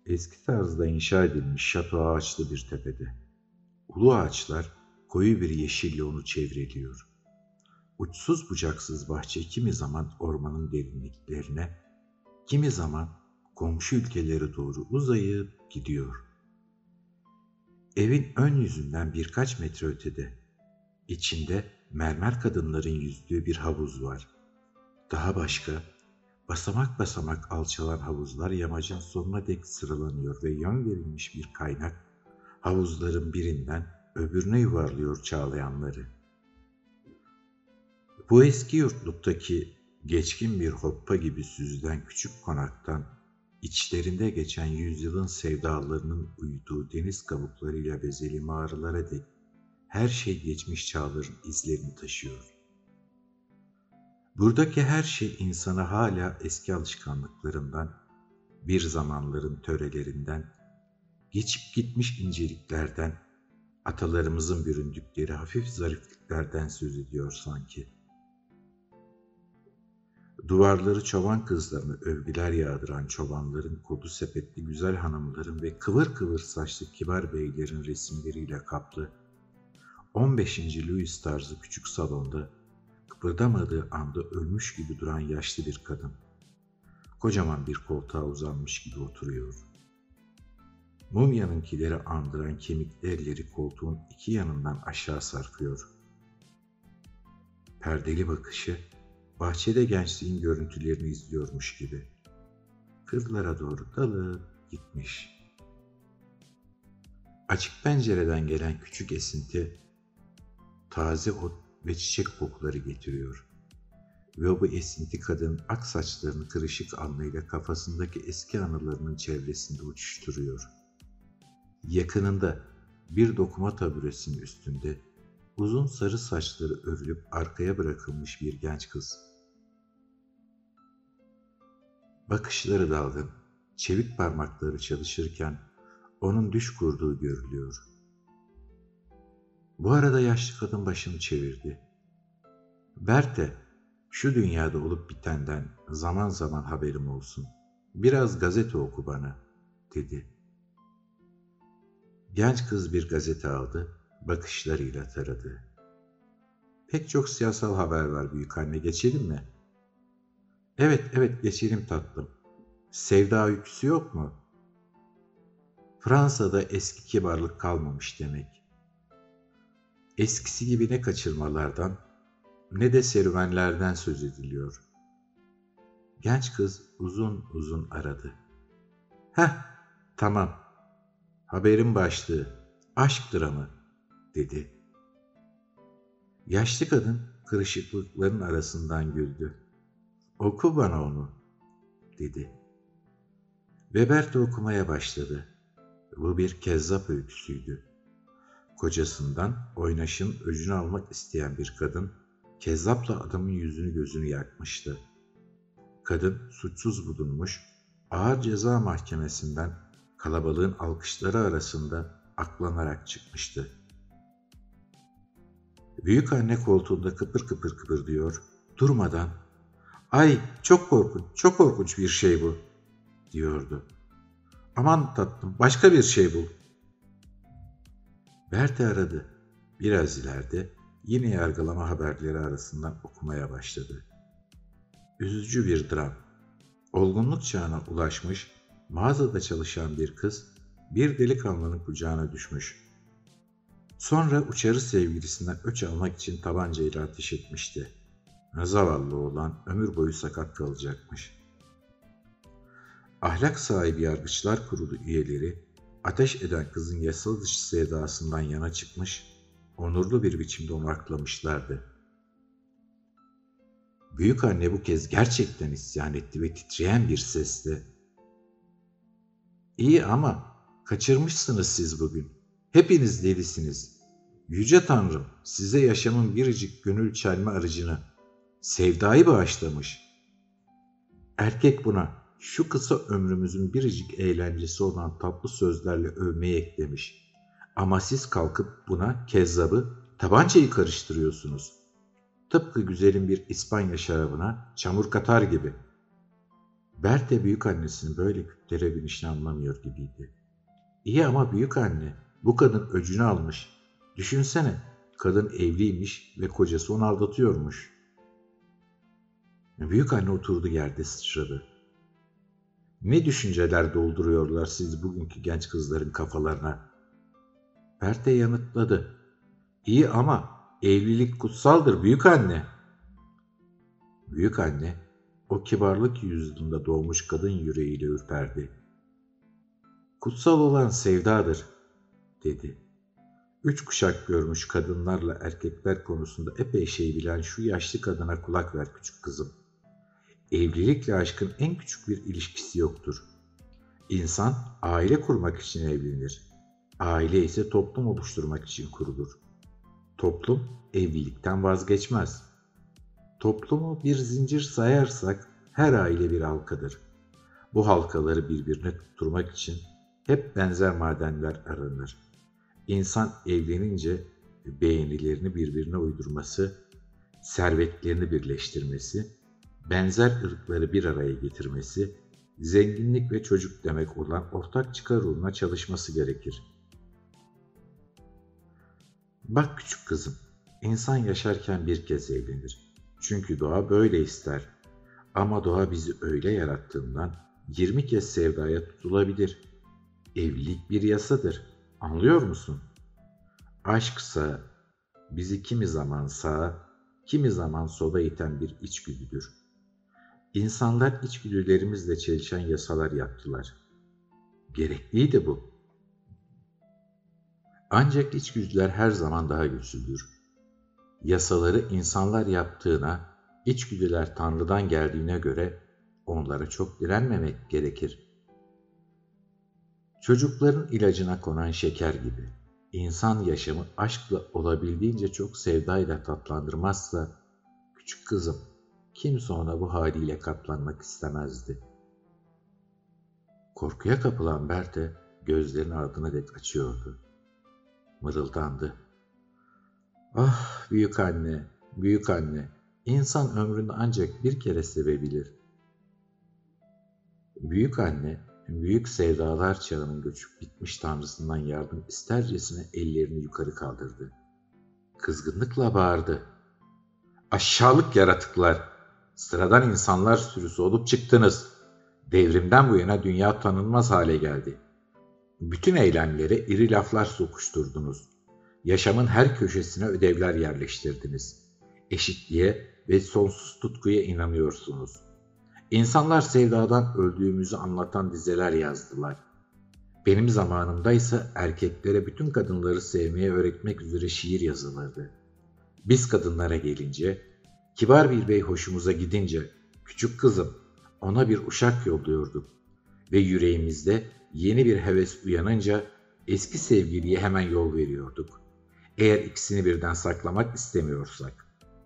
Eski tarzda inşa edilmiş şato ağaçlı bir tepede. Ulu ağaçlar koyu bir yeşille onu çevreliyor. Uçsuz bucaksız bahçe kimi zaman ormanın derinliklerine, kimi zaman komşu ülkelere doğru uzayıp gidiyor. Evin ön yüzünden birkaç metre ötede, içinde mermer kadınların yüzdüğü bir havuz var. Daha başka, basamak basamak alçalan havuzlar yamacın sonuna dek sıralanıyor ve yön verilmiş bir kaynak havuzların birinden öbürüne yuvarlıyor çağlayanları. Bu eski yurtluktaki geçkin bir hoppa gibi süzülen küçük konaktan içlerinde geçen yüzyılın sevdalarının uyuduğu deniz kabuklarıyla bezeli mağaralara dek her şey geçmiş çağların izlerini taşıyor. Buradaki her şey insana hala eski alışkanlıklarından, bir zamanların törelerinden, geçip gitmiş inceliklerden, atalarımızın büründükleri hafif zarifliklerden söz ediyor sanki. Duvarları çoban kızlarına övgüler yağdıran çobanların, kodu sepetli güzel hanımların ve kıvır kıvır saçlı kibar beylerin resimleriyle kaplı 15. Louis tarzı küçük salonda kıpırdamadığı anda ölmüş gibi duran yaşlı bir kadın, kocaman bir koltuğa uzanmış gibi oturuyor. Mumyanınkileri andıran kemikli elleri koltuğun iki yanından aşağı sarkıyor. Perdeli bakışı, bahçede gençliğin görüntülerini izliyormuş gibi. Kırlara doğru dalıp gitmiş. Açık pencereden gelen küçük esinti, taze ot ve çiçek kokuları getiriyor. Ve bu esinti kadının ak saçlarını kırışık alnıyla kafasındaki eski anılarının çevresinde uçuşturuyor. Yakınında bir dokuma taburesinin üstünde uzun sarı saçları örülüp arkaya bırakılmış bir genç kız. Bakışları dalgın, çevik parmakları çalışırken onun düş kurduğu görülüyor. Bu arada yaşlı kadın başını çevirdi. Berthe, şu dünyada olup bitenden zaman zaman haberim olsun. Biraz gazete oku bana, dedi. Genç kız bir gazete aldı, bakışlarıyla taradı. Pek çok siyasal haber var büyükanne, geçelim mi? Evet geçelim tatlım. Sevda öyküsü yok mu? Fransa'da eski kibarlık kalmamış demek. Eskisi gibi ne kaçırmalardan ne de serüvenlerden söz ediliyor. Genç kız uzun uzun aradı. Heh, tamam. Haberin başlığı, aşk dramı, dedi. Yaşlı kadın kırışıklıkların arasından güldü. Oku bana onu, dedi. Weber de okumaya başladı. Bu bir kezzap öyküsüydü. Kocasından oynaşın öcünü almak isteyen bir kadın, kezzapla adamın yüzünü gözünü yakmıştı. Kadın suçsuz bulunmuş, ağır ceza mahkemesinden kalabalığın alkışları arasında aklanarak çıkmıştı. Büyükanne koltuğunda kıpır kıpır kıpırdıyor, durmadan "Ay çok korkunç bir şey bu," diyordu. "Aman tatlım, başka bir şey bul." Berthe aradı. Biraz ileride yine yargılama haberleri arasından okumaya başladı. Üzücü bir dram. Olgunluk çağına ulaşmış, mağazada çalışan bir kız bir delikanlının kucağına düşmüş. Sonra uçarı sevgilisinden öç almak için tabancayla ateş etmişti. Zavallı oğlan ömür boyu sakat kalacakmış. Ahlak sahibi yargıçlar kurulu üyeleri ateş eden kızın yasal dışı sevdasından yana çıkmış, onurlu bir biçimde onaklamışlardı. Büyükanne bu kez gerçekten isyan etti ve titreyen bir sesle "İyi ama kaçırmışsınız siz bugün. Hepiniz delisiniz. Yüce Tanrım size yaşamın biricik gönül çelme aracını, sevdayı bağışlamış. Erkek buna şu kısa ömrümüzün biricik eğlencesi olan tatlı sözlerle övmeyi eklemiş. Ama siz kalkıp buna kezzabı, tabancayı karıştırıyorsunuz. Tıpkı güzelim bir İspanya şarabına çamur katar gibi." Berthe büyük annesinin böyle küplere binişini anlamıyor gibiydi. İyi ama büyük anne, bu kadın öcünü almış. Düşünsene, kadın evliymiş ve kocası onu aldatıyormuş. Büyük anne oturduğu yerde sıçradı. Ne düşünceler dolduruyorlar siz bugünkü genç kızların kafalarına? Berthe yanıtladı. İyi ama evlilik kutsaldır büyük anne. Büyük anne, o kibarlık yüzyılında doğmuş kadın yüreğiyle ürperdi. Kutsal olan sevdadır, dedi. 3 kuşak görmüş kadınlarla erkekler konusunda epey şey bilen şu yaşlı kadına kulak ver küçük kızım. Evlilikle aşkın en küçük bir ilişkisi yoktur. İnsan aile kurmak için evlenir. Aile ise toplum oluşturmak için kurulur. Toplum evlilikten vazgeçmez. Toplumu bir zincir sayarsak her aile bir halkadır. Bu halkaları birbirine tutturmak için hep benzer madenler aranır. İnsan evlenince beğenilerini birbirine uydurması, servetlerini birleştirmesi, benzer ırkları bir araya getirmesi, zenginlik ve çocuk demek olan ortak çıkar uğruna çalışması gerekir. Bak küçük kızım, insan yaşarken bir kez evlenir. Çünkü doğa böyle ister. Ama doğa bizi öyle yarattığından 20 kez sevdaya tutulabilir. Evlilik bir yasadır. Anlıyor musun? Aşksa bizi kimi zaman sağa, kimi zaman sola iten bir içgüdüdür. İnsanlar içgüdülerimizle çelişen yasalar yaptılar. Gerekliydi bu. Ancak içgüdüler her zaman daha güçlüdür. Yasaları insanlar yaptığına, içgüdüler Tanrı'dan geldiğine göre onlara çok direnmemek gerekir. Çocukların ilacına konan şeker gibi. İnsan yaşamı aşkla olabildiğince çok sevdayla tatlandırmazsa, küçük kızım, kimse ona bu haliyle katlanmak istemezdi. Korkuya kapılan Berthe gözlerini ardına dek açıyordu. Mırıldandı. Ah büyük anne, büyük anne, insan ömrünü ancak bir kere sevebilir. Büyük anne, büyük sevdalar çağının göçüp bitmiş tanrısından yardım istercesine ellerini yukarı kaldırdı. Kızgınlıkla bağırdı. Aşağılık yaratıklar, sıradan insanlar sürüsü olup çıktınız. Devrimden bu yana dünya tanınmaz hale geldi. Bütün eylemlere iri laflar sokuşturdunuz. Yaşamın her köşesine ödevler yerleştirdiniz. Eşitliğe ve sonsuz tutkuya inanıyorsunuz. İnsanlar sevdadan öldüğümüzü anlatan dizeler yazdılar. Benim zamanımda ise erkeklere bütün kadınları sevmeye öğretmek üzere şiir yazılırdı. Biz kadınlara gelince, kibar bir bey hoşumuza gidince, küçük kızım, ona bir uşak yolluyorduk. Ve yüreğimizde yeni bir heves uyanınca eski sevgiliye hemen yol veriyorduk. Eğer ikisini birden saklamak istemiyorsak.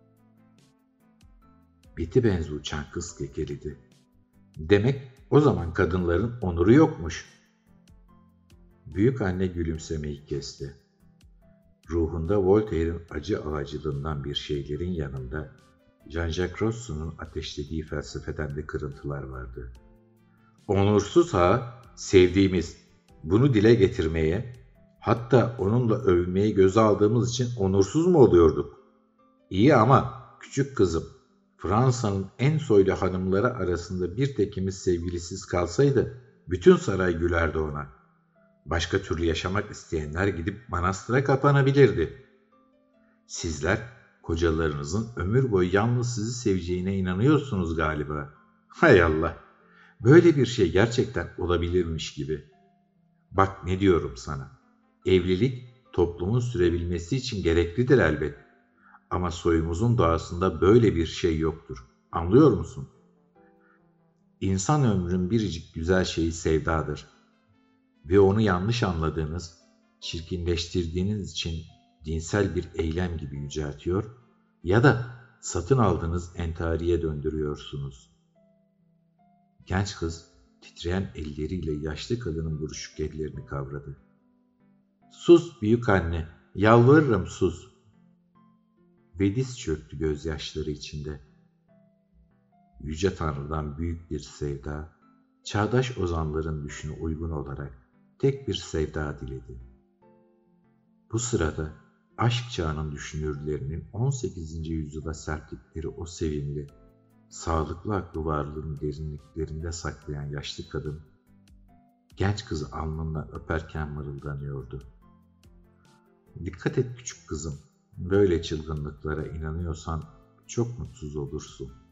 Beti benzi uçan kız kekeledi. Demek o zaman kadınların onuru yokmuş. Büyük anne gülümsemeyi kesti. Ruhunda Voltaire'in acı ağacılığından bir şeylerin yanında Jean-Jacques Rousseau'nun ateşlediği felsefeden de kırıntılar vardı. Onursuz ha, sevdiğimiz, bunu dile getirmeye, hatta onunla övünmeyi göze aldığımız için onursuz mu oluyorduk? İyi ama küçük kızım, Fransa'nın en soylu hanımları arasında bir tekimiz sevgilisiz kalsaydı, bütün saray gülerdi ona. Başka türlü yaşamak isteyenler gidip manastıra kapanabilirdi. Sizler, kocalarınızın ömür boyu yalnız sizi seveceğine inanıyorsunuz galiba. Hay Allah! Böyle bir şey gerçekten olabilirmiş gibi. Bak ne diyorum sana. Evlilik toplumun sürebilmesi için gereklidir elbet. Ama soyumuzun doğasında böyle bir şey yoktur. Anlıyor musun? İnsan ömrünün biricik güzel şeyi sevdadır. Ve onu yanlış anladığınız, çirkinleştirdiğiniz için dinsel bir eylem gibi yüceltiyor ya da satın aldığınız entariye döndürüyorsunuz. Genç kız titreyen elleriyle yaşlı kadının buruşuk ellerini kavradı. Sus büyük anne, yalvarırım sus. Ve diz çöktü gözyaşları içinde. Yüce Tanrı'dan büyük bir sevda, çağdaş ozanların düşüne uygun olarak tek bir sevda diledi. Bu sırada aşk çağının düşünürlerinin 18. yüzyıla serptikleri o sevimli, sağlıklı aklı varlığın derinliklerinde saklayan yaşlı kadın, genç kızı alnından öperken mırıldanıyordu. "Dikkat et küçük kızım, böyle çılgınlıklara inanıyorsan çok mutsuz olursun."